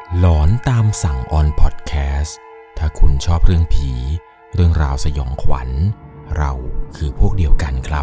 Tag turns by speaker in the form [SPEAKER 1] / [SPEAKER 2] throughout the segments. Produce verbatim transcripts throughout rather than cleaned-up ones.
[SPEAKER 1] หลอนตามสั่งออนพอดแคสต์ถ้าคุณชอบเรื่องผีเรื่องราวสยองขวัญเราคือพวกเดียวกันครับ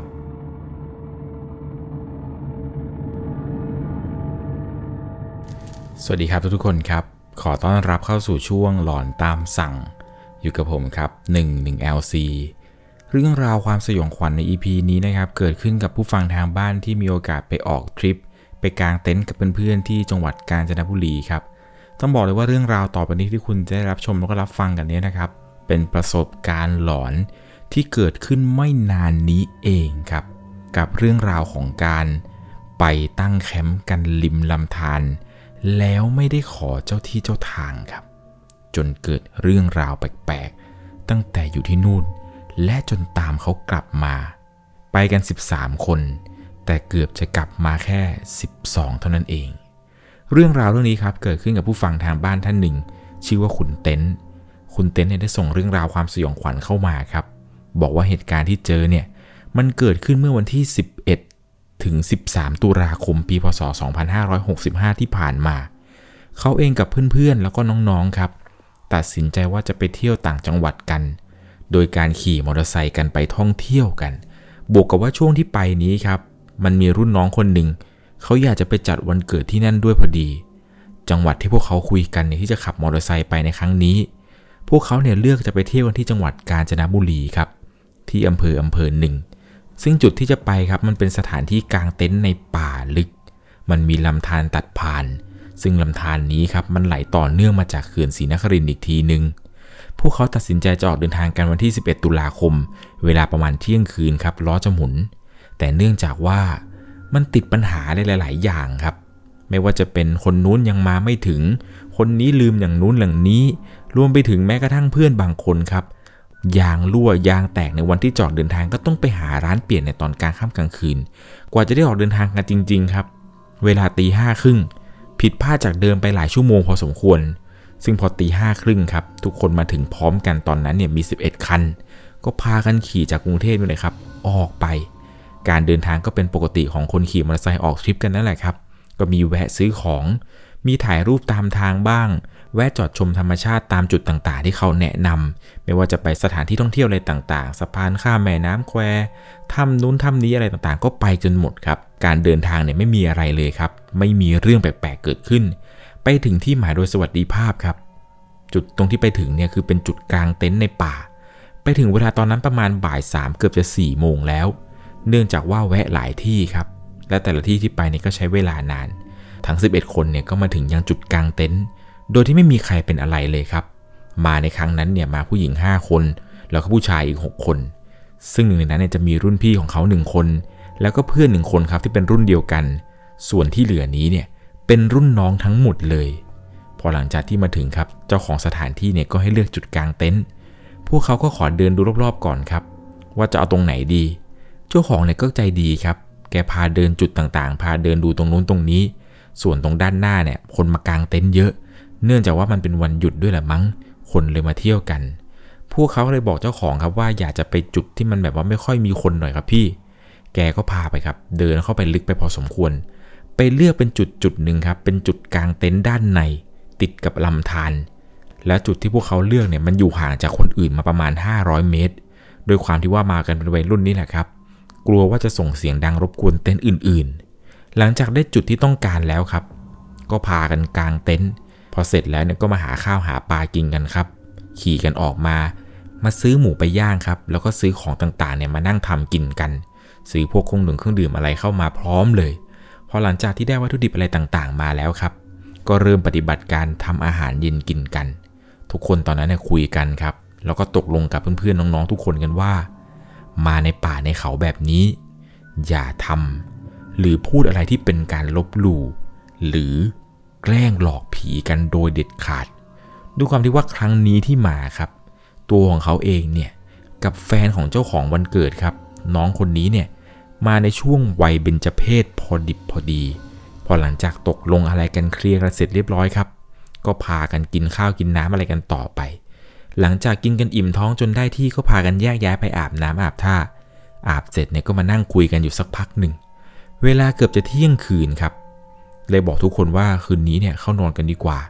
[SPEAKER 1] สวัสดีครับทุกๆคนครับขอต้อนรับเข้าสู่ช่วงหลอนตามสั่งอยู่กับผมครับหนึ่ง หนึ่ง แอล ซี เรื่องราวความสยองขวัญใน อี พี นี้นะครับเกิดขึ้นกับผู้ฟังทางบ้านที่มีโอกาสไปออกทริปไปกางเต็นท์กับเพื่อนๆที่จังหวัดกาญจนบุรีครับต้องบอกเลยว่าเรื่องราวต่อไปนี้ที่คุณจะได้รับชมแล้วก็รับฟังกันนี้นะครับเป็นประสบการณ์หลอนที่เกิดขึ้นไม่นานนี้เองครับกับเรื่องราวของการไปตั้งแคมป์กันริมลำธารแล้วไม่ได้ขอเจ้าที่เจ้าทางครับจนเกิดเรื่องราวแปลกๆตั้งแต่อยู่ที่นู่นและจนตามเขากลับมาไปกันสิบสามคนแต่เกือบจะกลับมาแค่สิบสองเท่านั้นเองเรื่องราวเรื่องนี้ครับเกิดขึ้นกับผู้ฟังทางบ้านท่านหนึ่งชื่อว่าคุณเต็นท์คุณเต็นท์เนี่ยได้ส่งเรื่องราวความสยองขวัญเข้ามาครับบอกว่าเหตุการณ์ที่เจอเนี่ยมันเกิดขึ้นเมื่อวันที่สิบเอ็ดถึงสิบสามตุลาคมปีพ.ศ. สองพันห้าร้อยหกสิบห้าที่ผ่านมาเขาเองกับเพื่อนๆแล้วก็น้องๆครับตัดสินใจว่าจะไปเที่ยวต่างจังหวัดกันโดยการขี่มอเตอร์ไซค์กันไปท่องเที่ยวกันบวกกับว่าช่วงที่ไปนี้ครับมันมีรุ่นน้องคนหนึ่งเขาอยากจะไปจัดวันเกิดที่นั่นด้วยพอดีจังหวัดที่พวกเขาคุยกันเนี่ยที่จะขับมอเตอร์ไซค์ไปในครั้งนี้พวกเขาเนี่ยเลือกจะไปเที่ยวกันที่จังหวัดกาญจนบุรีครับที่อำเภออำเภอหนึ่งซึ่งจุดที่จะไปครับมันเป็นสถานที่กางเต็นท์ในป่าลึกมันมีลำธารตัดผ่านซึ่งลำธารนี้ครับมันไหลต่อเนื่องมาจากเขื่อนศรีนครินทร์อีกทีนึงพวกเขาตัดสินใจจะออกเดินทางกันวันที่สิบเอ็ดตุลาคมเวลาประมาณเที่ยงคืนครับล้อจะหมุนแต่เนื่องจากว่ามันติดปัญหาหลายๆอย่างครับไม่ว่าจะเป็นคนนู้นยังมาไม่ถึงคนนี้ลืมอย่างนู้นอย่างนี้รวมไปถึงแม้กระทั่งเพื่อนบางคนครับยางรั่วยางแตกในวันที่จอดเดินทางก็ต้องไปหาร้านเปลี่ยนในตอนกลางค่ำกลางคืนกว่าจะได้ออกเดินทางกันจริงๆครับเวลาตีห้าครึ่งผิดพลาดจากเดิมไปหลายชั่วโมงพอสมควรซึ่งพอตีห้าครึ่งครับทุกคนมาถึงพร้อมกันตอนนั้นเนี่ยมีสิบเอ็ดคันก็พากันขี่จากกรุงเทพนี่เลยครับออกไปการเดินทางก็เป็นปกติของคนขี่มอเตอร์ไซค์ออกทริปกันนั่นแหละครับก็มีแวะซื้อของมีถ่ายรูปตามทางบ้างแวะจอดชมธรรมชาติตามจุดต่างๆที่เขาแนะนำไม่ว่าจะไปสถานที่ท่องเที่ยวอะไรต่างๆสะพานข้ามแม่น้ำแควถ้ำนู้นถ้ำนี้อะไรต่างๆก็ไปจนหมดครับการเดินทางเนี่ยไม่มีอะไรเลยครับไม่มีเรื่องแปลกๆเกิดขึ้นไปถึงที่หมายโดยสวัสดิภาพครับจุดตรงที่ไปถึงเนี่ยคือเป็นจุดกลางเต็นท์ในป่าไปถึงเวลาตอนนั้นประมาณบ่ายสามเกือบจะสี่โมงแล้วเนื่องจากว่าแวะหลายที่ครับและแต่ละที่ที่ไปเนี่ยก็ใช้เวลานานทั้งสิบเอ็ดคนเนี่ยก็มาถึงยังจุดกลางเต็นท์โดยที่ไม่มีใครเป็นอะไรเลยครับมาในครั้งนั้นเนี่ยมาผู้หญิงห้าคนแล้วก็ผู้ชายอีกหกคนซึ่งหนึ่งในนั้นเนี่ยจะมีรุ่นพี่ของเขาหนึ่งคนแล้วก็เพื่อนหนึ่งคนครับที่เป็นรุ่นเดียวกันส่วนที่เหลือนี้เนี่ยเป็นรุ่นน้องทั้งหมดเลยพอหลังจากที่มาถึงครับเจ้าของสถานที่เนี่ยก็ให้เลือกจุดกลางเต็นท์พวกเขาก็ขอเดินดูรอบๆก่อนครับว่าจะเอาตรงไหนดีเจ้าของเนี่ยก็ใจดีครับแกพาเดินจุดต่างๆพาเดินดูตรงนู้นตรงนี้ส่วนตรงด้านหน้าเนี่ยคนมากางเต็นท์เยอะเนื่องจากว่ามันเป็นวันหยุดด้วยแหละมั้งคนเลยมาเที่ยวกันพวกเขาเลยบอกเจ้าของครับว่าอยากจะไปจุดที่มันแบบว่าไม่ค่อยมีคนหน่อยครับพี่แกก็พาไปครับเดินเข้าไปลึกไปพอสมควรไปเลือกเป็นจุดจุดหนึ่งครับเป็นจุดกางเต็นท์ด้านในติดกับลำธารและจุดที่พวกเขาเลือกเนี่ยมันอยู่ห่างจากคนอื่นมาประมาณห้าร้อยเมตรโดยความที่ว่ามากันเป็นวัยรุ่นนี่แหละครับกลัวว่าจะส่งเสียงดังรบกวนเต็นท์อื่นๆหลังจากได้จุดที่ต้องการแล้วครับก็พากันกางเต็นท์พอเสร็จแล้วเนี่ยก็มาหาข้าวหาปลากินกันครับขี่กันออกมามาซื้อหมูไปย่างครับแล้วก็ซื้อของต่างๆเนี่ยมานั่งทำกินกันซื้อพวกเครื่องดื่มเครื่องดื่มอะไรเข้ามาพร้อมเลยพอหลังจากที่ได้วัตถุดิบอะไรต่างๆมาแล้วครับก็เริ่มปฏิบัติการทำอาหารเย็นกินกันทุกคนตอนนั้นเนี่ยคุยกันครับแล้วก็ตกลงกับเพื่อนๆน้องๆทุกคนกันว่ามาในป่าในเขาแบบนี้อย่าทำหรือพูดอะไรที่เป็นการลบหลู่หรือแกล้งหลอกผีกันโดยเด็ดขาดด้วยความที่ว่าครั้งนี้ที่มาครับตัวของเขาเองเนี่ยกับแฟนของเจ้าของวันเกิดครับน้องคนนี้เนี่ยมาในช่วงวัยเบญจเพสพอดิบพอดีพอหลังจากตกลงอะไรกันเคลียร์กันเสร็จเรียบร้อยครับก็พากันกินข้าวกินน้ำอะไรกันต่อไปหลังจากกินกันอิ่มท้องจนได้ที่ก็พากันแยกย้ายไปอาบน้ำอาบท่าอาบเสร็จเนี่ยก็มานั่งคุยกันอยู่สักพักหนึ่งเวลาเกือบจะเที่ยงคืนครับเลยบอกทุกคนว่าคืนนี้เนี่ยเข้านอนกันดีกว่า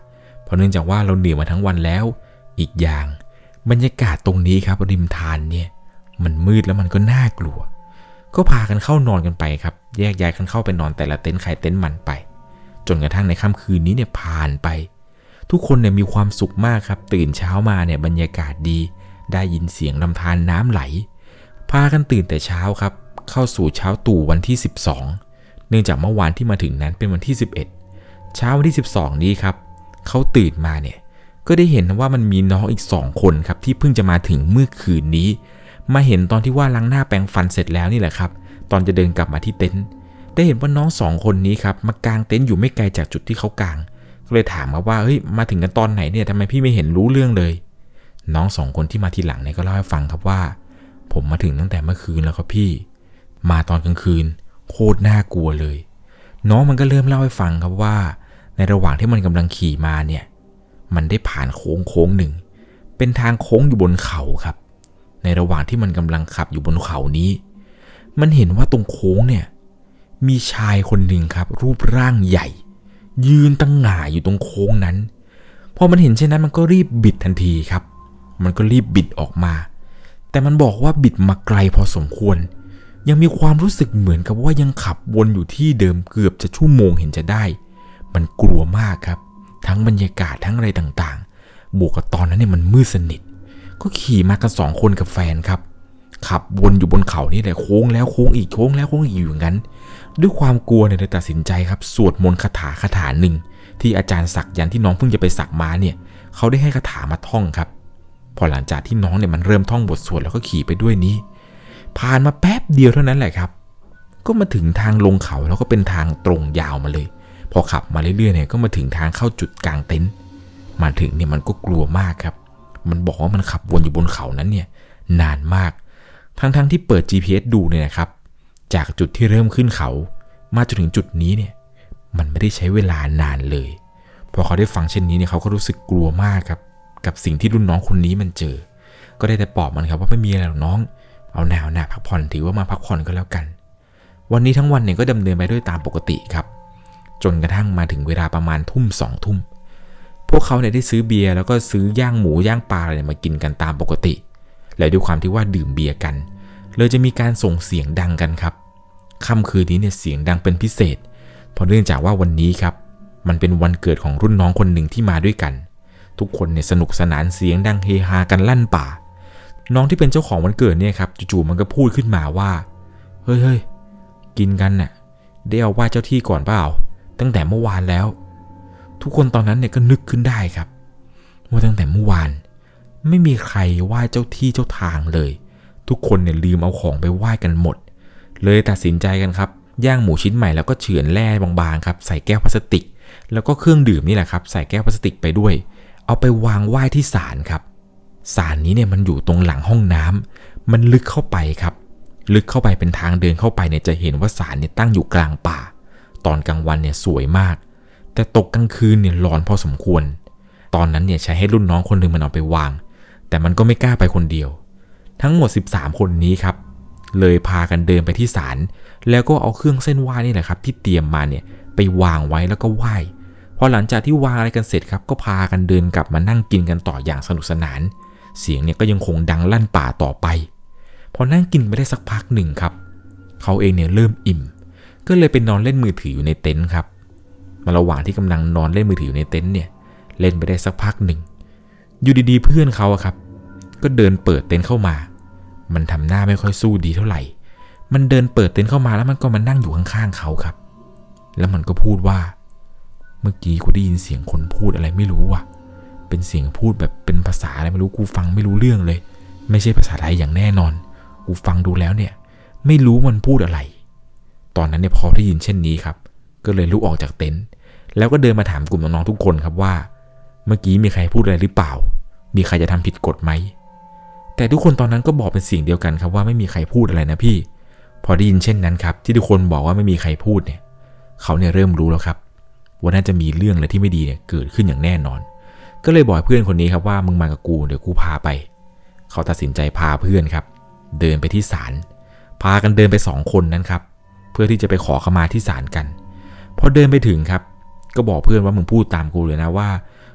[SPEAKER 1] เพราะเนื่องจากว่าเราเหนื่อยมาทั้งวันแล้วอีกอย่างบรรยากาศตรงนี้ครับริมทานเนี่ยมันมืดแล้วมันก็น่ากลัวก็พากันเข้านอนกันไปครับแยกย้ายกันเข้าไปนอนแต่ละเต็นท์ใครเต็นท์มันไปจนกระทั่งในค่ำคืนนี้เนี่ยผ่านไปทุกคนเนี่ยมีความสุขมากครับตื่นเช้ามาเนี่ยบรรยากาศดีได้ยินเสียงลำธารน้ำไหลพากันตื่นแต่เช้าครับเข้าสู่เช้าตู่วันที่สิบสองเนื่องจากเมื่อวานที่มาถึงนั้นเป็นวันที่สิบเอ็ดเช้าวันที่สิบสองนี้ครับเขาตื่นมาเนี่ยก็ได้เห็นว่ามันมีน้องอีกสองคนครับที่เพิ่งจะมาถึงเมื่อคืนนี้มาเห็นตอนที่ว่าล้างหน้าแปรงฟันเสร็จแล้วนี่แหละครับตอนจะเดินกลับมาที่เต็นท์ได้เห็นว่าน้องสองคนนี้ครับมากางเต็นท์อยู่ไม่ไกลจากจุดที่เขากางก็เลยถามมาว่าเฮ้ยมาถึงกันตอนไหนเนี่ยทำไมพี่ไม่เห็นรู้เรื่องเลยน้องสองคนที่มาทีหลังเนี่ยก็เล่าให้ฟังครับว่าผมมาถึงตั้งแต่เมื่อคืนแล้วครับพี่มาตอนกลางคืนโคตรน่ากลัวเลยน้องมันก็เริ่มเล่าให้ฟังครับว่าในระหว่างที่มันกำลังขี่มาเนี่ยมันได้ผ่านโค้งโค้งหนึ่งเป็นทางโค้งอยู่บนเขาครับในระหว่างที่มันกำลังขับอยู่บนเขานี้มันเห็นว่าตรงโค้งเนี่ยมีชายคนหนึ่งครับรูปร่างใหญ่ยืนตั้งหง่าอยู่ตรงโค้งนั้นพอมันเห็นเช่นนั้นมันก็รีบบิดทันทีครับมันก็รีบบิดออกมาแต่มันบอกว่าบิดมาไกลพอสมควรยังมีความรู้สึกเหมือนกับว่ายังขับวนอยู่ที่เดิมเกือบจะชั่วโมงเห็นจะได้มันกลัวมากครับทั้งบรรยากาศทั้งอะไรต่างๆบวกกับตอนนั้นเนี่ยมันมืดสนิทก็ขี่มากันสองคนกับแฟนครับขับวนอยู่บนเขานี่แหละโค้งแล้วโค้งอีกโค้งแล้วโค้งอีกอยู่อย่างนั้นด้วยความกลัวเนี่ยเลยตัดสินใจครับสวดมนต์คาถาคาถาหนึ่งที่อาจารย์สักยันที่น้องเพิ่งจะไปสักมาเนี่ยเขาได้ให้คาถามาท่องครับพอหลังจากที่น้องเนี่ยมันเริ่มท่องบทสวดแล้วก็ขี่ไปด้วยนี้ผ่านมาแป๊บเดียวเท่านั้นแหละครับก็มาถึงทางลงเขาแล้วก็เป็นทางตรงยาวมาเลยพอขับมาเรื่อยๆเนี่ยก็มาถึงทางเข้าจุดกลางเต็นท์มาถึงเนี่ยมันก็กลัวมากครับมันบอกว่ามันขับวนอยู่บนเขานั้นเนี่ยนานมากทั้งๆที่เปิด จี พี เอส ดูเนี่ยนะครับจากจุดที่เริ่มขึ้นเขามาจนถึงจุดนี้เนี่ยมันไม่ได้ใช้เวลานานเลยพอเขาได้ฟังเช่นนี้เนี่ยเขาก็รู้สึกกลัวมากครับกับสิ่งที่รุ่นน้องคนนี้มันเจอก็ได้แต่ปลอบมันครับว่าไม่มีอะไรหรอกน้องเอาแนวหน้าพักผ่อนถือว่ามาพักผ่อนก็แล้วกันวันนี้ทั้งวันเนี่ยก็ดำเนินไปด้วยตามปกติครับจนกระทั่งมาถึงเวลาประมาณทุ่มสองทุ่มพวกเขาเนี่ยได้ซื้อเบียร์แล้วก็ซื้อย่างหมูย่างปลาอะไรมากินกันตามปกติและด้วยความที่ว่าดื่มเบียร์กันเลยจะมีการส่งเสียงดังกันครับค่ำคืนนี้เนี่ยเสียงดังเป็นพิเศษเพราะเนื่องจากว่าวันนี้ครับมันเป็นวันเกิดของรุ่นน้องคนหนึ่งที่มาด้วยกันทุกคนเนี่ยสนุกสนานเสียงดังเฮฮากันลั่นป่าน้องที่เป็นเจ้าของวันเกิดเนี่ยครับจู่ๆมันก็พูดขึ้นมาว่าเฮ้ยเฮ้ยกินกันน่ะได้เอาไหว้เจ้าที่ก่อนเปล่าตั้งแต่เมื่อวานแล้วทุกคนตอนนั้นเนี่ยก็นึกขึ้นได้ครับว่าตั้งแต่เมื่อวานไม่มีใครไหว้เจ้าที่เจ้าทางเลยทุกคนเนี่ยลืมเอาของไปไหว้กันหมดเลยตัดสินใจกันครับย่างหมูชิ้นใหม่แล้วก็เฉือนแร่บางๆครับใส่แก้วพลาสติกแล้วก็เครื่องดื่มนี่แหละครับใส่แก้วพลาสติกไปด้วยเอาไปวางไหว้ที่ศาลครับศาลนี้เนี่ยมันอยู่ตรงหลังห้องน้ำมันลึกเข้าไปครับลึกเข้าไปเป็นทางเดินเข้าไปเนี่ยจะเห็นว่าศาลเนี่ยตั้งอยู่กลางป่าตอนกลางวันเนี่ยสวยมากแต่ตกกลางคืนเนี่ยร้อนพอสมควรตอนนั้นเนี่ยใช้ให้รุ่นน้องคนหนึ่งมันเอาไปวางแต่มันก็ไม่กล้าไปคนเดียวทั้งหมดสิบสามคนนี้ครับเลยพากันเดินไปที่ศาลแล้วก็เอาเครื่องเส้นไหว้นี่แหละครับที่เตรียมมาเนี่ยไปวางไว้แล้วก็ไหว้พอหลังจากที่วางอะไรกันเสร็จครับก็พากันเดินกลับมานั่งกินกันต่ออย่างสนุกสนานเสียงเนี่ยก็ยังคงดังลั่นป่าต่อไปพอนั่งกินไปได้สักพักหนึ่งครับเขาเองเนี่ยเริ่มอิ่มก็เลยไปนอนเล่นมือถืออยู่ในเต็นท์ครับมาระหว่างที่กำลังนอนเล่นมือถืออยู่ในเต็นท์เนี่ยเล่นไปได้สักพักหนึ่งอยู่ดีๆเพื่อนเขาครับก็เดินเปิดเต็นท์เข้ามามันทำหน้าไม่ค่อยสู้ดีเท่าไหร่มันเดินเปิดเต็นท์เข้ามาแล้วมันก็มานั่งอยู่ข้างๆเขาครับแล้วมันก็พูดว่าเมื่อกี้กูได้ยินเสียงคนพูดอะไรไม่รู้ว่ะเป็นเสียงพูดแบบเป็นภาษาอะไรไม่รู้กูฟังไม่รู้เรื่องเลยไม่ใช่ภาษาไทยอย่างแน่นอนกูฟังดูแล้วเนี่ยไม่รู้มันพูดอะไรตอนนั้นเนี่ยพอได้ยินเช่นนี้ครับก็เลยลุกออกจากเต็นท์แล้วก็เดินมาถามกลุ่มน้องๆทุกคนครับว่าเมื่อกี้มีใครพูดอะไรหรือเปล่ามีใครจะทำผิดกฎไหมแต่ทุกคนตอนนั้นก็บอกเป็นเสียงเดียวกันครับว่าไม่มีใครพูดอะไรนะพี่พอได้ยินเช่นนั้นครับที่ทุกคนบอกว่าไม่มีใครพูดเนี่ยเขาเนี่ยเริ่มรู้แล้วครับว่าน่าจะมีเรื่องอะไรที่ไม่ดีเนี่ยเกิดขึ้นอย่างแน่นอนก็เลยบอกเพื่อนคนนี้ครับว่ามึงมากับกูเดี๋ยวกูพาไปเขาตัดสินใจพาเพื่อนครับเดินไปที่ศาลพากันเดินไปสองคนนั้นครับเพื่อที่จะไปขอขมาที่ศาลกันพอเดินไปถึงครับก็บอกเพื่อนว่ามึงพูดตามกูเลยนะว่า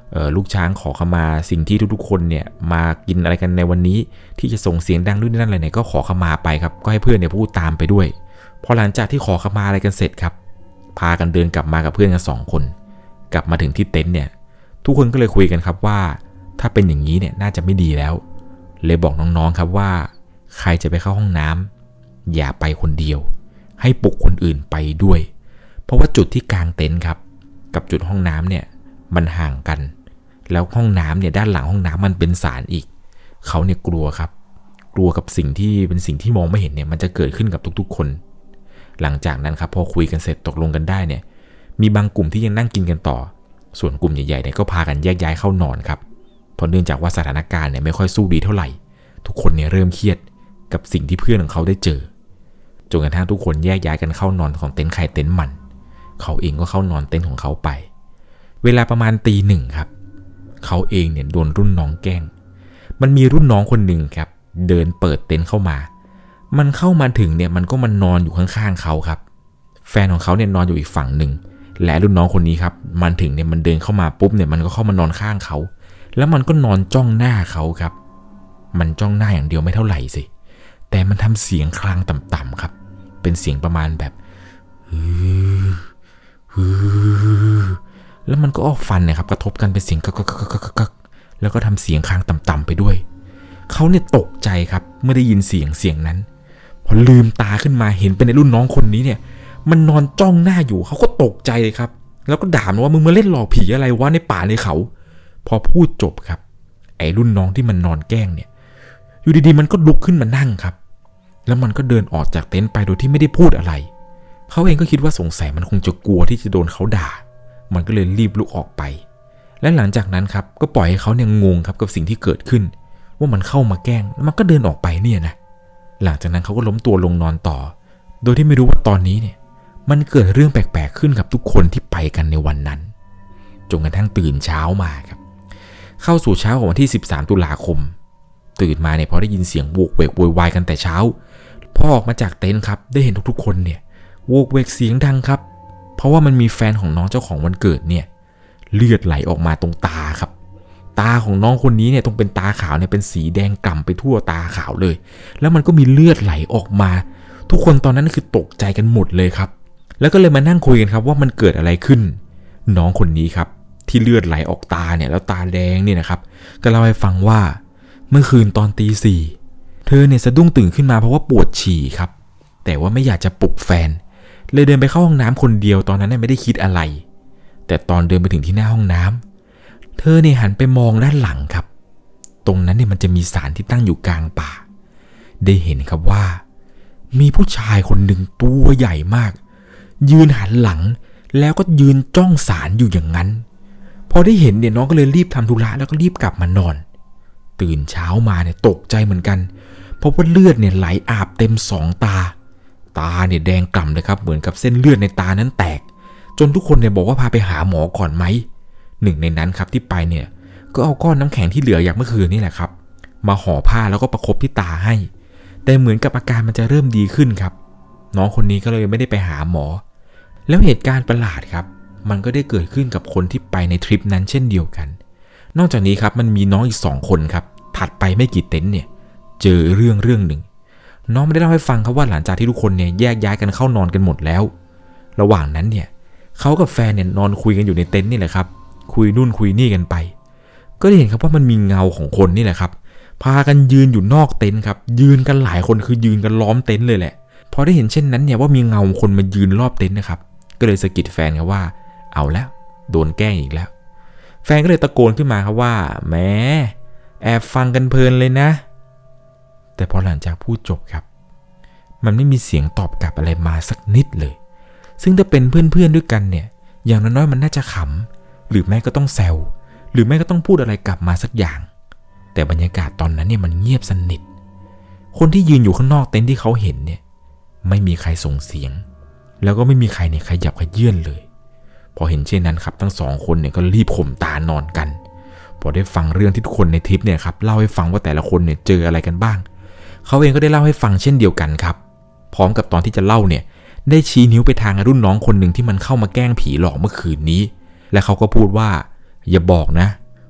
[SPEAKER 1] ลูกช้างขอขมาสิ่งที่ทุกๆคนเนี่ยมากินอะไรกันในวันนี้ที่จะส่งเสียงดังด้วยนั่นอะไรเนี่ยก็ขอขมาไปครับก็ให้เพื่อนเนี่ยพูดตามไปด้วยพอหลังจากที่ขอขมาอะไรกันเสร็จครับพากันเดินกลับมากับเพื่อนกันสองคนกลับมาถึงที่เต็นท์เนี่ยทุกคนก็เลยคุยกันครับว่าถ้าเป็นอย่างนี้เนี่ยน่าจะไม่ดีแล้วเลยบอกน้องๆครับว่าใครจะไปเข้าห้องน้ำอย่าไปคนเดียวให้ปลุกคนอื่นไปด้วยเพราะว่าจุดที่กางเต็นท์ครับกับจุดห้องน้ำเนี่ยมันห่างกันแล้วห้องน้ำเนี่ยด้านหลังห้องน้ำมันเป็นศาลอีกเขาเนี่ยกลัวครับกลัวกับสิ่งที่เป็นสิ่งที่มองไม่เห็นเนี่ยมันจะเกิดขึ้นกับทุกๆคนหลังจากนั้นครับพอคุยกันเสร็จตกลงกันได้เนี่ยมีบางกลุ่มที่ยังนั่งกินกันต่อส่วนกลุ่มใหญ่ๆเนี่ยก็พากันแยกย้ายเข้านอนครับเพราะเนื่องจากว่าสถานการณ์เนี่ยไม่ค่อยสู้ดีเท่าไหร่ทุกคนเนี่ยเริ่มเครียดกับสิ่งที่เพื่อนของเขาได้เจอจนกระทั่งทุกคนแยกย้ายกันเข้านอนของเต็นท์ใครเต็นท์มันเขาเองก็เข้านอนเต็นท์ของเขาไปเวลาประมาณตีหนึ่งครับเขาเองเนี่ยโดนรุ่นน้องแกล้งมันมีรุ่นน้องคนหนึ่งครับเดินเปิดเต็นท์เข้ามามันเข้ามาถึงเนี่ยมันก็มานอนอยู่ข้างๆเขาครับแฟนของเขาเนี่ยนอนอยู่อีกฝั่งหนึ่งและรุ่นน้องคนนี้ครับมันถึงเนี่ยมันเดินเข้ามาปุ๊บเนี่ยมันก็เข้ามานอนข้างเขาแล้วมันก็นอนจ้องหน้าเขาครับมันจ้องหน้าอย่างเดียวไม่เท่าไหร่สิแต่มันทำเสียงคลางต่ำๆครับเป็นเสียงประมาณแบบฮือฮือแล้วมันก็ออกฟันเนี่ยครับกระทบกันเป็นเสียงกักกักกักกักแล้วก็ทำเสียงคลางต่ำๆไปด้วยเขาเนี่ยตกใจครับเมื่อได้ยินเสียงเสียงนั้นพอลืมตาขึ้นมาเห็นเป็นในรุ่นน้องคนนี้เนี่ยมันนอนจ้องหน้าอยู่เขาก็ตกใจเลยครับแล้วก็ด่ามันว่ามึงมาเล่นหลอกผีอะไรวะในป่าในเขาพอพูดจบครับไอ้รุ่นน้องที่มันนอนแกล้งเนี่ยอยู่ดีๆมันก็ลุกขึ้นมานั่งครับแล้วมันก็เดินออกจากเต็นท์ไปโดยที่ไม่ได้พูดอะไรเขาเองก็คิดว่าสงสัยมันคงจะกลัวที่จะโดนเขาด่ามันก็เลยรีบลุกออกไปและหลังจากนั้นครับก็ปล่อยให้เขาเนี่ยงงครับกับสิ่งที่เกิดขึ้นว่ามันเข้ามาแกล้งแล้วมันก็เดินออกไปเนี่ยนะหลังจากนั้นเขาก็ล้มตัวลงนอนต่อโดยที่ไม่รู้ว่าตอนนี้เนี่ยมันเกิดเรื่องแปลกๆขึ้นกับทุกคนที่ไปกันในวันนั้นจนกระทั่งตื่นเช้ามาครับเข้าสู่เช้าของวันที่สิบสามตุลาคมตื่นมาเนี่ยพอได้ยินเสียงโวกเวกโวยวายกันแต่เช้าพอออกมาจากเต็นท์ครับได้เห็นทุกๆคนเนี่ยโวกเวกเสียงดังครับเพราะว่ามันมีแฟนของน้องเจ้าของวันเกิดเนี่ยเลือดไหลออกมาตรงตาครับตาของน้องคนนี้เนี่ยต้องเป็นตาขาวเนี่ยเป็นสีแดงกล่ำไปทั่วตาขาวเลยแล้วมันก็มีเลือดไหลออกมาทุกคนตอนนั้นคือตกใจกันหมดเลยครับแล้วก็เลยมานั่งคุยกันครับว่ามันเกิดอะไรขึ้นน้องคนนี้ครับที่เลือดไหลออกตาเนี่ยแล้วตาแดงเนี่ยนะครับก็เล่าให้ฟังว่าเมื่อคืนตอนตีสี่เธอเนี่ยสะดุ้งตื่นขึ้นมาเพราะว่าปวดฉี่ครับแต่ว่าไม่อยากจะปลุกแฟนเลยเดินไปเข้าห้องน้ำคนเดียวตอนนั้นเนี่ยไม่ได้คิดอะไรแต่ตอนเดินไปถึงที่หน้าห้องน้ำเธอเนี่ยหันไปมองด้านหลังครับตรงนั้นเนี่ยมันจะมีศาลที่ตั้งอยู่กลางป่าได้เห็นครับว่ามีผู้ชายคนหนึ่งตัวใหญ่มากยืนหันหลังแล้วก็ยืนจ้องศาลอยู่อย่างนั้นพอได้เห็นเนี่ยน้องก็เลยรีบทำธุระแล้วก็รีบกลับมานอนตื่นเช้ามาเนี่ยตกใจเหมือนกันเพราะว่าเลือดเนี่ยไหลอาบเต็มสองตาตาเนี่ยแดงกล่ำเลยครับเหมือนกับเส้นเลือดในตานั้นแตกจนทุกคนเนี่ยบอกว่าพาไปหาหมอก่อนไหมหนึ่งในนั้นครับที่ไปเนี่ยก็เอาก้อนน้ำแข็งที่เหลืออย่างเมื่อคืนนี่แหละครับมาห่อผ้าแล้วก็ประคบที่ตาให้แต่เหมือนกับอาการมันจะเริ่มดีขึ้นครับน้องคนนี้ก็เลยไม่ได้ไปหาหมอแล้วเหตุการณ์ประหลาดครับมันก็ได้เกิดขึ้นกับคนที่ไปในทริปนั้นเช่นเดียวกันนอกจากนี้ครับมันมีน้องอีกสองคนครับถัดไปไม่กี่เต็นท์เนี่ยเจอเรื่องเรื่องหนึ่งน้องไม่ได้เล่าให้ฟังครับว่าหลังจากที่ทุกคนเนี่ยแยกย้ายกันเข้านอนกันหมดแล้วระหว่างนั้นเนี่ยเขากับแฟนเนี่ยนอนคุยกันอยู่ในเต็นท์นี่แหละครับคุยนู่นคุยนี่กันไปก็ได้เห็นครับว่ามันมีเงาของคนนี่แหละครับพากันยืนอยู่นอกเต็นท์ครับยืนกันหลายคนคือยืนกันล้อมเต็นท์เลยแหละพอได้เห็นเช่นนั้นเนี่ยว่ามีเงาคนมายืนรอบเต็นท์นะครับก็เลยสะกิดแฟนครับว่าเอาแล้วโดนแกล้งอีกแล้วแฟนก็เลยตะโกนขึ้นมาครับว่าแหมแอบฟังกันเพลินเลยนะแต่พอหลังจากพูดจบครับมันไม่มีเสียงตอบกลับอะไรมาสักนิดเลยซึ่งถ้าเป็นเพื่อนๆด้วยกันเนี่ยอย่างน้อยๆมันน่าจะขำหรือแม่ก็ต้องแซวหรือแม่ก็ต้องพูดอะไรกลับมาสักอย่างแต่บรรยากาศตอนนั้นเนี่ยมันเงียบสนิทคนที่ยืนอยู่ข้างนอกเต็นท์ที่เขาเห็นเนี่ยไม่มีใครส่งเสียงแล้วก็ไม่มีใครเนี่ยขยับขยื่นเลยพอเห็นเช่นนั้นครับทั้งสองคนเนี่ยก็รีบข่มตานอนกันพอได้ฟังเรื่องที่ทุกคนในทริปเนี่ยครับเล่าให้ฟังว่าแต่ละคนเนี่ยเจออะไรกันบ้างเขาเองก็ได้เล่าให้ฟังเช่นเดียวกันครับพร้อมกับตอนที่จะเล่าเนี่ยได้ชี้นิ้วไปทางรุ่นน้องคนหนึ่งที่มันเข้ามาแกล้งผีหลอกเมื่อคืนนี้และเขาก็พูดว่าอย่าบอกนะ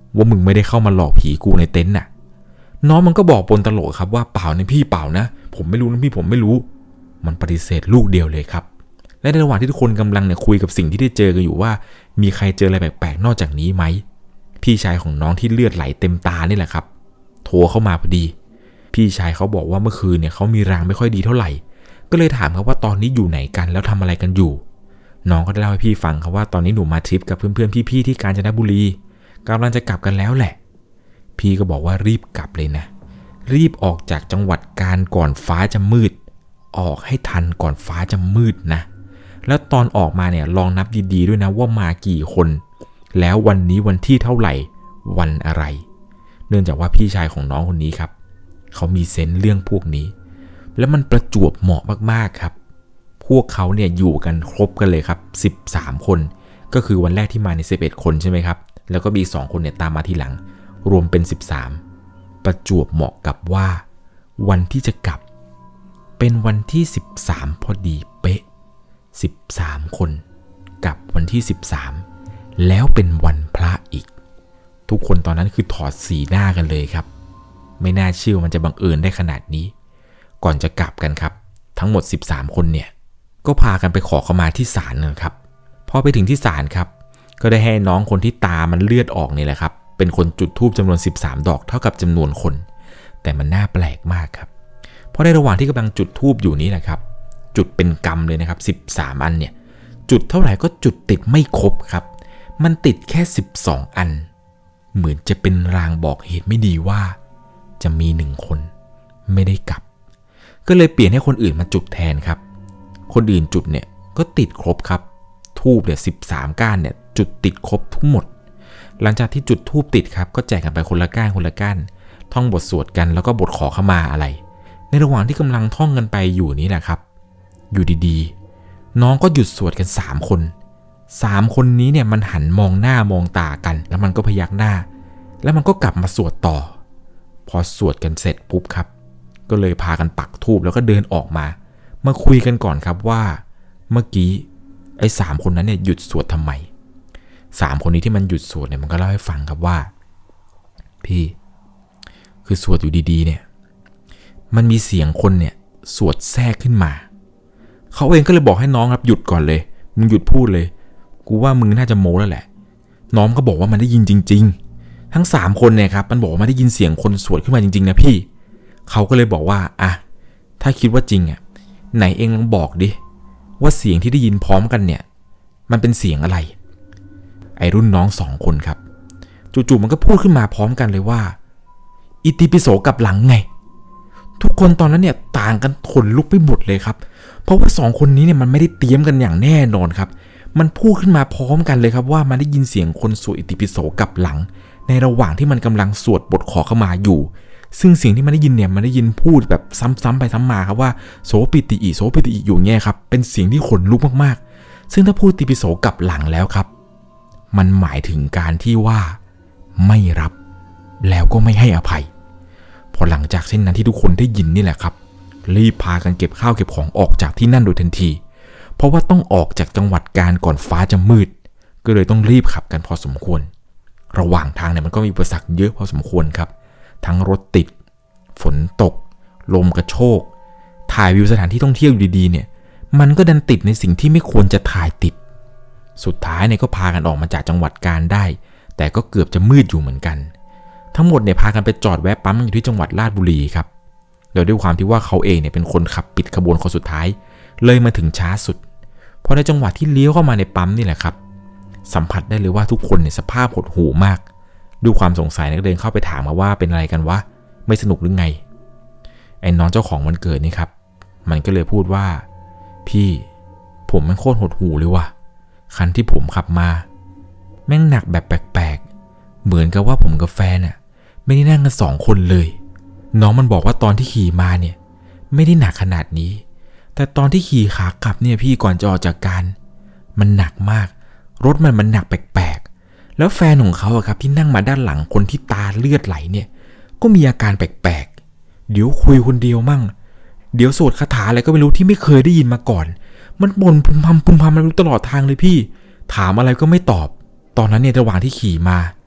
[SPEAKER 1] ว่ามึงไม่ได้เข้ามาหลอกผีกูในเต็นท์น่ะน้องมันก็บอกปนตลกครับว่าเปล่านะพี่เปล่านะผมไม่รู้นะพี่ผมไม่รู้มันปฏิเสธลูกเดียวเลยครับและในระหว่างที่ทุกคนกำลังเนี่ยคุยกับสิ่งที่ได้เจอกันอยู่ว่ามีใครเจออะไรแปลกๆนอกจากนี้ไหมพี่ชายของน้องที่เลือดไหลเต็มตานี่แหละครับโทรเข้ามาพอดีพี่ชายเขาบอกว่าเมื่อคืนเนี่ยเขามีรางไม่ค่อยดีเท่าไหร่ก็เลยถามเขาว่าตอนนี้อยู่ไหนกันแล้วทำอะไรกันอยู่น้องก็ได้เล่าให้พี่ฟังครับว่าตอนนี้หนูมาทริปกับเพื่อนๆพี่ๆที่กาญจนบุรีกำลังจะกลับกันแล้วแหละพี่ก็บอกว่ารีบกลับเลยนะรีบออกจากจังหวัดกาญก่อนฟ้าจะมืดออกให้ทันก่อนฟ้าจะมืดนะแล้วตอนออกมาเนี่ยลองนับดีๆด้วยนะว่ามากี่คนแล้ววันนี้วันที่เท่าไหร่วันอะไรเนื่องจากว่าพี่ชายของน้องคนนี้ครับเขามีเซนส์เรื่องพวกนี้แล้วมันประจวบเหมาะมากๆครับพวกเขาเนี่ยอยู่กันครบกันเลยครับสิบสามคนก็คือวันแรกที่มาในสิบเอ็ดคนใช่ไหมครับแล้วก็มีสองคนเนี่ยตามมาทีหลังรวมเป็นสิบสามประจวบเหมาะกับว่าวันที่จะกลับเป็นวันที่สิบสามพอดีเป๊ะสิบสามคนกับวันที่สิบสามแล้วเป็นวันพระอีกทุกคนตอนนั้นคือถอดสีหน้ากันเลยครับไม่น่าเชื่อมันจะบังเอิญได้ขนาดนี้ก่อนจะกลับกันครับทั้งหมดสิบสามคนเนี่ยก็พากันไปขอขมาที่ศาลนะครับพอไปถึงที่ศาลครับก็ได้ให้น้องคนที่ตามันเลือดออกนี่แหละครับเป็นคนจุดธูปจำนวนสิบสามดอกเท่ากับจำนวนคนแต่มันน่าแปลกมากครับเพราะในระหว่างที่กำลังจุดธูปอยู่นี้แหละครับจุดเป็นกรรมเลยนะครับสิบสามอันเนี่ยจุดเท่าไหร่ก็จุดติดไม่ครบครับมันติดแค่สิบสองอันเหมือนจะเป็นรางบอกเหตุไม่ดีว่าจะมีหนึ่งคนไม่ได้กลับก็เลยเปลี่ยนให้คนอื่นมาจุดแทนครับคนอื่นจุดเนี่ยก็ติดครบครับธูปเนี่ยสิบสามก้านเนี่ยจุดติดครบทั้งหมดหลังจากที่จุดธูปติดครับก็แจกกันไปคนละก้านคนละก้านท่องบทสวดกันแล้วก็บทขอขมาอะไรในระหว่างที่กำลังท่องกันไปอยู่นี้แหละครับอยู่ดีๆน้องก็หยุดสวดกันสามคนสามคนนี้เนี่ยมันหันมองหน้ามองตากันแล้วมันก็พยักหน้าแล้วมันก็กลับมาสวดต่อพอสวดกันเสร็จปุ๊บครับก็เลยพากันปักธูปแล้วก็เดินออกมามาคุยกันก่อนครับว่าเมื่อกี้ไอ้สามคนนั้นเนี่ยหยุดสวดทำไมสามคนนี้ที่มันหยุดสวดเนี่ยมันก็เล่าให้ฟังครับว่าพี่คือสวดอยู่ดีๆเนี่ยมันมีเสียงคนเนี่ยสวดแทรกขึ้นมาเขาเองก็เลยบอกให้น้องครับหยุดก่อนเลยมึงหยุดพูดเลยกูว่ามึงน่าจะโม้แล้วแหละน้องก็บอกว่ามันได้ยินจริงๆทั้งสามคนเนี่ยครับมันบอกว่ามันได้ยินเสียงคนสวดขึ้นมาจริงๆนะพี่เขาก็เลยบอกว่าอ่ะถ้าคิดว่าจริงอ่ะไหนเองลองบอกดิว่าเสียงที่ได้ยินพร้อมกันเนี่ยมันเป็นเสียงอะไรไอ้รุ่นน้องสองคนครับจู่ๆมันก็พูดขึ้นมาพร้อมกันเลยว่าอิติปิโสกลับหลังไงทุกคนตอนนั้นเนี่ยต่างกันขนลุกไปหมดเลยครับเพราะว่าสองคนนี้เนี่ยมันไม่ได้เตรียมกันอย่างแน่นอนครับมันพูดขึ้นมาพร้อมกันเลยครับว่ามันได้ยินเสียงคนสวดอิติปิโสกลับหลังในระหว่างที่มันกำลังสวดบทขอขมาอยู่ซึ่งเสียงที่มันได้ยินเนี่ยมันได้ยินพูดแบบซ้ำๆไปซ้ำมาครับว่าโสปิติอิโสปิติอิอยู่เงี้ยครับเป็นเสียงที่ขนลุกมากๆซึ่งถ้าพูดอิติปิโสกลับหลังแล้วครับมันหมายถึงการที่ว่าไม่รับแล้วก็ไม่ให้อภัยพอหลังจากเช่นนั้นที่ทุกคนได้ยินนี่แหละครับรีบพากันเก็บข้าวเก็บของออกจากที่นั่นโดยทันทีเพราะว่าต้องออกจากจังหวัดกาญก่อนฟ้าจะมืดก็เลยต้องรีบขับกันพอสมควรระหว่างทางเนี่ยมันก็มีอุปสรรคเยอะพอสมควรครับทั้งรถติดฝนตกลมกระโชกถ่ายวิวสถานที่ท่องเที่ยวดีๆเนี่ยมันก็ดันติดในสิ่งที่ไม่ควรจะถ่ายติดสุดท้ายเนี่ยก็พากันออกมาจากจังหวัดกาญได้แต่ก็เกือบจะมืดอยู่เหมือนกันทั้งหมดเนี่ยพากันไปจอดแวะปั๊มอยู่ที่จังหวัดราชบุรีครับโดยด้วยความที่ว่าเขาเองเนี่ยเป็นคนขับปิดขบวนคนสุดท้ายเลยมาถึงช้าสุดพอในจังหวะที่เลี้ยวเข้ามาในปั๊มนี่แหละครับสัมผัสได้เลยว่าทุกคนเนี่ยสภาพหดหู่มากด้วยความสงสัยนักเดินเข้าไปถามมาว่าเป็นอะไรกันวะไม่สนุกหรือไงไอ้น้องเจ้าของวันเกิดนี่ครับมันก็เลยพูดว่าพี่ผมมันโคตรหดหู่เลยว่ะคันที่ผมขับมาแม่งหนักแบบแปลกๆเหมือนกับว่าผมกับแฟนน่ะไม่ได้นั่งกันสองคนเลยน้องมันบอกว่าตอนที่ขี่มาเนี่ยไม่ได้หนักขนาดนี้แต่ตอนที่ขี่ขากลับเนี่ยพี่ก่อนจะออกจากการมันหนักมากรถมันมันหนักแปลกๆแล้วแฟนของเขาอะครับที่นั่งมาด้านหลังคนที่ตาเลือดไหลเนี่ยก็มีอาการแปลกๆเดี๋ยวคุยคนเดียวมั่งเดี๋ยวสวดคาถาอะไรก็ไม่รู้ที่ไม่เคยได้ยินมาก่อนมันบ่นพึมพำพึมพำมันรู้ตลอดทางเลยพี่ถามอะไรก็ไม่ตอบตอนนั้นเนี่ยระหว่างที่ขี่มา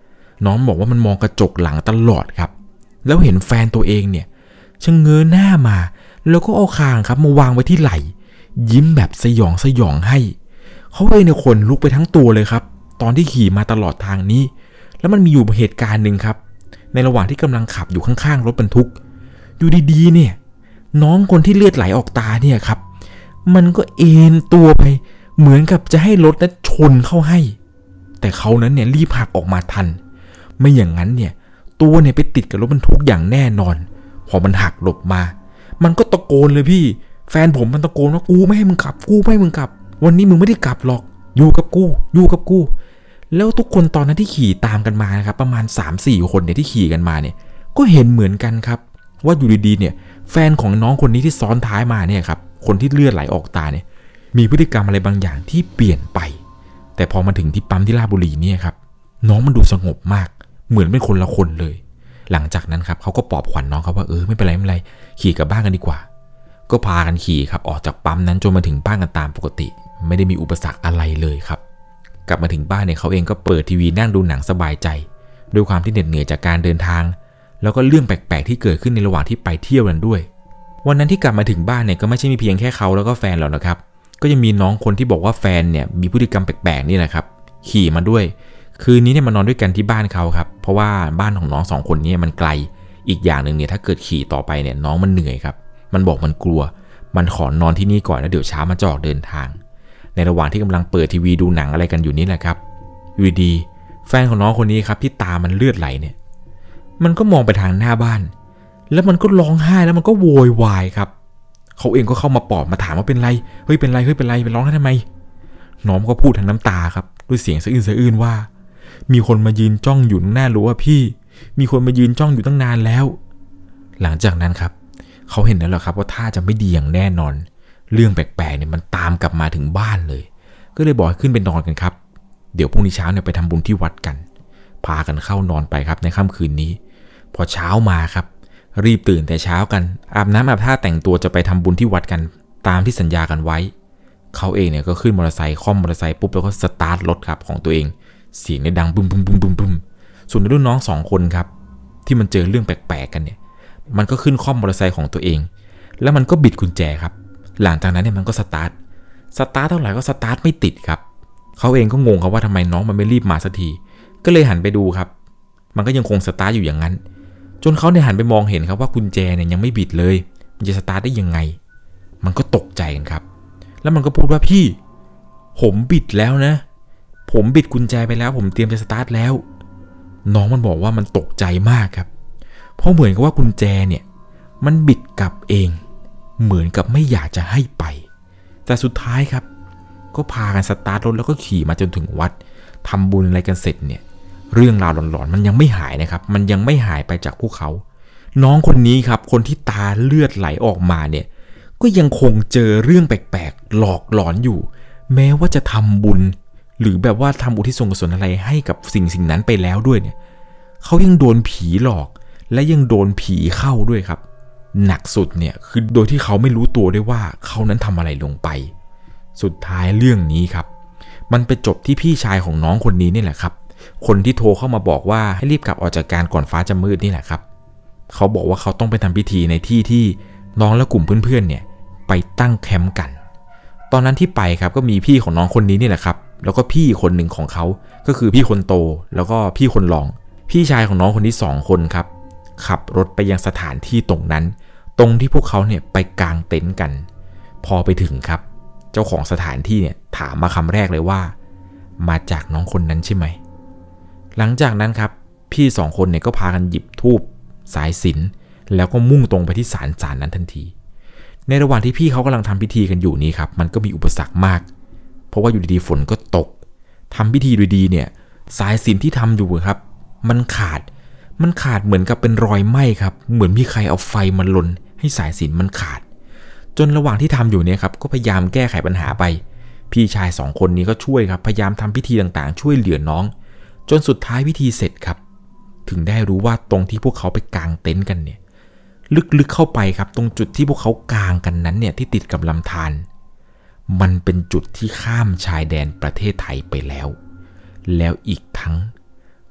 [SPEAKER 1] น้องบอกว่ามันมองกระจกหลังตลอดครับแล้วเห็นแฟนตัวเองเนี่ยชะเง้อหน้ามาแล้วก็เอาคางครับมาวางไว้ที่ไหล่ยิ้มแบบสยองสยองให้เขาเลยเนี่ยขนลุกไปทั้งตัวเลยครับตอนที่ขี่มาตลอดทางนี้แล้วมันมีอยู่เหตุการณ์หนึ่งครับในระหว่างที่กำลังขับอยู่ข้างๆรถบรรทุกอยู่ดีๆเนี่ยน้องคนที่เลือดไหลออกตาเนี่ยครับมันก็เอ็นตัวไปเหมือนกับจะให้รถนั้นชนเข้าให้แต่เขานั้นเนี่ยรีบหักออกมาทันไม่อย่างนั้นเนี่ยตัวเนี่ยไปติดกับรถบรรทุกอย่างแน่นอนพอมันหักหลบมามันก็ตะโกนเลยพี่แฟนผมมันตะโกนว่ากูไม่ให้มึงขับกูไม่ให้มึงขับวันนี้มึงไม่ได้กลับหรอกอยู่กับกูอยู่กับกูแล้วทุกคนตอนนั้นที่ขี่ตามกันมานะครับประมาณ สามสี่ คนเนี่ยที่ขี่กันมาเนี่ยก็เห็นเหมือนกันครับว่าอยู่ดีๆเนี่ยแฟนของน้องคนนี้ที่ซ้อนท้ายมาเนี่ยครับคนที่เลือดไหลออกตาเนี่ยมีพฤติกรรมอะไรบางอย่างที่เปลี่ยนไปแต่พอมาถึงที่ปั๊มที่ราชบุรีเนี่ยครับน้องมันดูสงบมากเหมือนเป็นคนละคนเลยหลังจากนั้นครับเขาก็ปลอบขวัญน้องครับว่าเออไม่เป็นไรไม่เป็นไรขี่กลับบ้านกันดีกว่าก็พากันขี่ครับออกจากปั๊มนั้นจนมาถึงบ้านกันตามปกติไม่ได้มีอุปสรรคอะไรเลยครับกลับมาถึงบ้านเนี่ยเขาเองก็เปิดทีวีนั่งดูหนังสบายใจด้วยความที่เหน็ดเหนื่อยจากการเดินทางแล้วก็เรื่องแปลกๆที่เกิดขึ้นในระหว่างที่ไปเที่ยวกันด้วยวันนั้นที่กลับมาถึงบ้านเนี่ยก็ไม่ใช่มีเพียงแค่เขาแล้วก็แฟนหรอกนะครับก็ยังมีน้องคนที่บอกว่าแฟนเนี่ยมีพฤติกรรมแปลกๆนี่แหละครับขี่มาด้วยคืนนี้เนี่ยมานอนด้วยกันที่บ้านเขาครับเพราะว่าบ้านของน้องสองคนนี้มันไกลอีกอย่างหนึ่งเนี่ยถ้าเกิดขี่ต่อไปเนี่ยน้องมันเหนื่อยครับมันบอกมันกลัวมันขอนอนที่นี่ก่อนแล้วเดี๋ยวเช้ามันจะออกเดินทางในระหว่างที่กำลังเปิดทีวีดูหนังอะไรกันอยู่นี่แหละครับอยู่ดีแฟนของน้องคนนี้ครับที่ตามันเลือดไหลเนี่ยมันก็มองไปทางหน้าบ้านแล้วมันก็ร้องไห้แล้วมันก็โวยวายครับเขาเองก็เข้ามาปลอบมาถามว่าเป็นไรเฮ้ยเป็นไรเฮ้ยเป็นไรเป็นร้องไห้ทำไมน้องก็พูดทั้งน้ำตาครับด้วยเสียงสะอื้นสะอื้นว่ามีคนมายืนจ้องอยู่หน้ารั้วพี่มีคนมายืนจ้องอยู่ตั้งนานแล้วหลังจากนั้นครับเขาเห็นแล้วแหละครับว่าท่าจะไม่ดีอย่างแน่นอนเรื่องแปลกๆเนี่ยมันตามกลับมาถึงบ้านเลยก็เลยบอกให้ขึ้นไปนอนกันครับเดี๋ยวพรุ่งนี้เช้าเนี่ยไปทำบุญที่วัดกันพากันเข้านอนไปครับในค่ำคืนนี้พอเช้ามาครับรีบตื่นแต่เช้ากันอาบน้ำอาบท่าแต่งตัวจะไปทำบุญที่วัดกันตามที่สัญญากันไว้เขาเองเนี่ยก็ขึ้นมอเตอร์ไซค์ค่อมมอเตอร์ไซค์ปุ๊บแล้วก็สตาร์ทรถครับของตัวเองเสียงเนี่ยดังบึ้มบึ้มบึ้มบึ้มบึ้มส่วนรุ่นน้องสองคนครับที่มันเจอเรื่องแปลกๆกันเนี่ยมันก็ขึ้นค่อมมอเตอร์ไซค์ของตัวเองแล้วมันก็บิดกุญแจครับหลังจากนั้นเนี่ยมันก็สตาร์ทสตาร์ทเท่าไหร่ก็สตาร์ทไม่ติดครับเขาเองก็งงครับว่าทำไมน้องมันไม่รีบมาสักทีก็เลยหันไปดูครับมันก็ยังคงสตาร์ทอยู่อย่างนั้นจนเขาเนี่ยหันไปมองเห็นครับว่ากุญแจเนี่ยยังไม่บิดเลยมันจะสตาร์ทได้ยังไงมันก็ตกใจกันครับแล้วมันก็พูดว่าพี่ผมบิดแล้วนะผมบิดกุญแจไปแล้วผมเตรียมจะสตาร์ทแล้วน้องมันบอกว่ามันตกใจมากครับเพราะเหมือนกับว่ากุญแจเนี่ยมันบิดกลับเองเหมือนกับไม่อยากจะให้ไปแต่สุดท้ายครับก็พากันสตาร์ทรถแล้วก็ขี่มาจนถึงวัดทำบุญอะไรกันเสร็จเนี่ยเรื่องราวหลอนๆมันยังไม่หายนะครับมันยังไม่หายไปจากพวกเขาน้องคนนี้ครับคนที่ตาเลือดไหลออกมาเนี่ยก็ยังคงเจอเรื่องแปลกๆหลอกหลอนอยู่แม้ว่าจะทำบุญหรือแบบว่าทำอุทิศส่วนกุศลอะไรให้กับสิ่งสิ่งนั้นไปแล้วด้วยเนี่ยเขายังโดนผีหลอกและยังโดนผีเข้าด้วยครับหนักสุดเนี่ยคือโดยที่เขาไม่รู้ตัวด้วยว่าเขานั้นทำอะไรลงไปสุดท้ายเรื่องนี้ครับมันไปจบที่พี่ชายของน้องคนนี้นี่แหละครับคนที่โทรเข้ามาบอกว่าให้รีบกลับออกจากการก่อนฟ้าจะมืดนี่แหละครับเขาบอกว่าเขาต้องไปทำพิธีในที่ที่น้องและกลุ่มเพื่อนๆเนี่ยไปตั้งแคมป์กันตอนนั้นที่ไปครับก็มีพี่ของน้องคนนี้นี่แหละครับแล้วก็พี่คนหนึ่งของเขาก็คือพี่คนโตแล้วก็พี่คนรองพี่ชายของน้องคนที่สองคนครับขับรถไปยังสถานที่ตรงนั้นตรงที่พวกเขาเนี่ยไปกางเต็นท์กันพอไปถึงครับเจ้าของสถานที่เนี่ยถามมาคำแรกเลยว่ามาจากน้องคนนั้นใช่ไหมหลังจากนั้นครับพี่สองคนเนี่ยก็พากันหยิบธูปสายสิญจน์แล้วก็มุ่งตรงไปที่ศาลศาลนั้นทันทีในระหว่างที่พี่เขากำลังทำพิธีกันอยู่นี้ครับมันก็มีอุปสรรคมากเพราะว่าอยู่ดีๆฝนก็ตกทำพิธีดีๆเนี่ยสายสิญจน์ที่ทำอยู่ครับมันขาดมันขาดเหมือนกับเป็นรอยไหม้ครับเหมือนมีใครเอาไฟมาลนให้สายสิญจน์มันขาดจนระหว่างที่ทำอยู่เนี่ยครับก็พยายามแก้ไขปัญหาไปพี่ชายสองคนนี้ก็ช่วยครับพยายามทำพิธีต่างๆช่วยเหลือน้องจนสุดท้ายพิธีเสร็จครับถึงได้รู้ว่าตรงที่พวกเขาไปกางเต็นท์กันเนี่ยลึกๆเข้าไปครับตรงจุดที่พวกเขากางกันนั้นเนี่ยที่ติดกับลำธารมันเป็นจุดที่ข้ามชายแดนประเทศไทยไปแล้วแล้วอีกทั้ง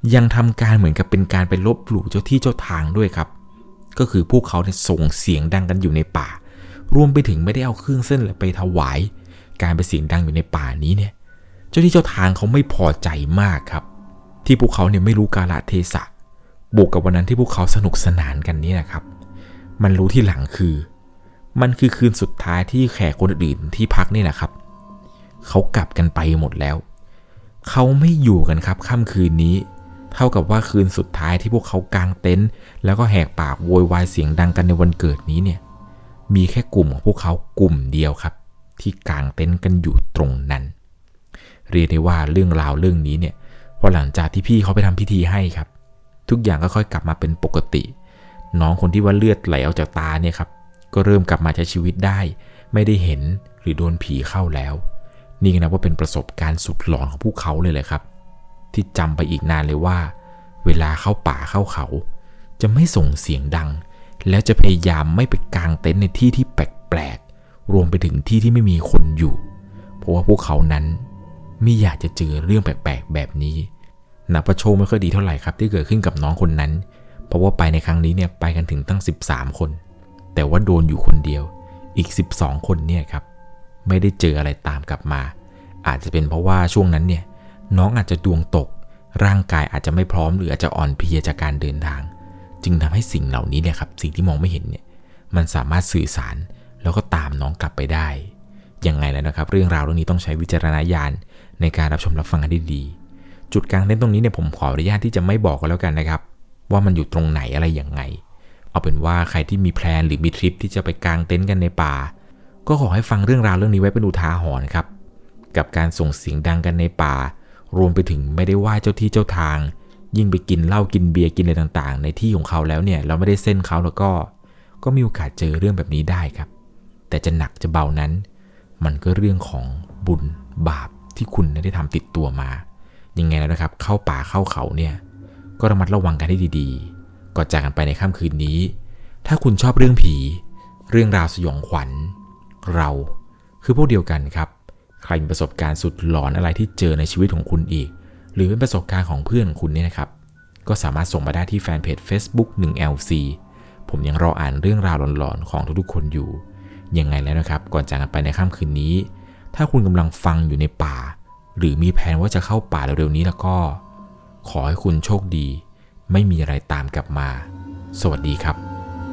[SPEAKER 1] ยังทำการเหมือนกับเป็นการไปลบหลู่เจ้าที่เจ้าทางด้วยครับก็คือพวกเขาเนี่ยส่งเสียงดังกันอยู่ในป่ารวมไปถึงไม่ได้เอาเครื่องเส้นอะไรไปถวายการไปเสียงดังอยู่ในป่านี้เนี่ยเจ้าที่เจ้าทางเขาไม่พอใจมากครับที่พวกเขาเนี่ยไม่รู้กาลเทศะบวกกับวันนั้นที่พวกเขาสนุกสนานกันนี่นะครับมันรู้ที่หลังคือมันคือคืนสุดท้ายที่แขกคนอื่นที่พักนี่แหละครับเขากลับกันไปหมดแล้วเขาไม่อยู่กันครับค่ำคืนนี้เท่ากับว่าคืนสุดท้ายที่พวกเขากางเต็นท์แล้วก็แหกปากโวยวายเสียงดังกันในวันเกิดนี้เนี่ยมีแค่กลุ่มของพวกเขากลุ่มเดียวครับที่กางเต็นท์กันอยู่ตรงนั้นเรียกได้ว่าเรื่องราวเรื่องนี้เนี่ยพอหลังจากที่พี่เขาไปทำพิธีให้ครับทุกอย่างก็ค่อยกลับมาเป็นปกติน้องคนที่ว่าเลือดไหลออกจากตาเนี่ยครับก็เริ่มกลับมาใช้ชีวิตได้ไม่ได้เห็นหรือโดนผีเข้าแล้วนี่ก็นับว่าเป็นประสบการณ์สุดหลอนของพวกเขาเลยแหละครับที่จำไปอีกนานเลยว่าเวลาเข้าป่าเข้าเขาจะไม่ส่งเสียงดังแล้วจะพยายามไม่ไปกางเต็นท์ในที่ที่แปลกๆรวมไปถึงที่ที่ไม่มีคนอยู่เพราะว่าพวกเขานั้นไม่อยากจะเจอเรื่องแปลกๆแบบนี้นับว่าโชคไม่ค่อยดีเท่าไหร่ครับที่เกิดขึ้นกับน้องคนนั้นเพราะว่าไปในครั้งนี้เนี่ยไปกันถึงตั้งสิบสามคนแต่ว่าโดนอยู่คนเดียวอีกสิบสองคนเนี่ยครับไม่ได้เจออะไรตามกลับมาอาจจะเป็นเพราะว่าช่วงนั้นเนี่ยน้องอาจจะดวงตกร่างกายอาจจะไม่พร้อมหรืออาจจะอ่อนเพลียจากการเดินทางจึงทำให้สิ่งเหล่านี้เนี่ยครับสิ่งที่มองไม่เห็นเนี่ยมันสามารถสื่อสารแล้วก็ตามน้องกลับไปได้ยังไงแล้วนะครับเรื่องราวเรื่องนี้ต้องใช้วิจารณญาณในการรับชมรับฟังกันได้ดีจุดกลางเต็นท์ตรงนี้เนี่ยผมขออนุญาตที่จะไม่บอกกันแล้วกันนะครับว่ามันอยู่ตรงไหนอะไรอย่างไงเอาเป็นว่าใครที่มีแพลนหรือมีทริปที่จะไปกางเต็นท์กันในป่าก็ขอให้ฟังเรื่องราวเรื่องนี้ไว้เป็นอุทาหรณ์ครับกับการส่งเสียงดังกันในป่ารวมไปถึงไม่ได้ไหว้เจ้าที่เจ้าทางยิ่งไปกินเหล้ากินเบียร์กินอะไรต่างๆในที่ของเขาแล้วเนี่ยเราไม่ได้เส้นเขาแล้วก็ก็มีโอกาสเจอเรื่องแบบนี้ได้ครับแต่จะหนักจะเบานั้นมันก็เรื่องของบุญบาปที่คุณได้ทำติดตัวมายังไงแล้วนะครับเข้าป่าเข้าเขาเนี่ยก็ระมัดระวังกันให้ดีๆก่อนจากกันไปในค่ำคืนนี้ถ้าคุณชอบเรื่องผีเรื่องราวสยองขวัญเราคือพวกเดียวกันครับใครมีประสบการณ์สุดหลอนอะไรที่เจอในชีวิตของคุณอีกหรือเป็นประสบการณ์ของเพื่อนของคุณเนี่ยนะครับก็สามารถส่งมาได้ที่แฟนเพจ Facebook หนึ่ง แอล ซี ผมยังรออ่านเรื่องราวหลอนๆของทุกๆคนอยู่ยังไงแล้วนะครับก่อนจากกันไปในค่ำคืนนี้ถ้าคุณกำลังฟังอยู่ในป่าหรือมีแผนว่าจะเข้าป่าเร็วๆนี้แล้วก็ขอให้คุณโชคดีไม่มีอะไรตามกลับมาสวัสดีครับ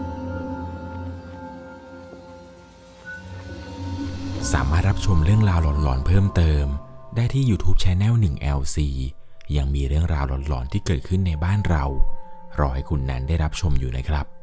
[SPEAKER 1] สามารถรับชมเรื่องราวหลอนๆเพิ่มเติมได้ที่ YouTube Channel หนึ่ง แอล ซี ยังมีเรื่องราวหลอนๆที่เกิดขึ้นในบ้านเรารอให้คุณนั้นได้รับชมอยู่นะครับ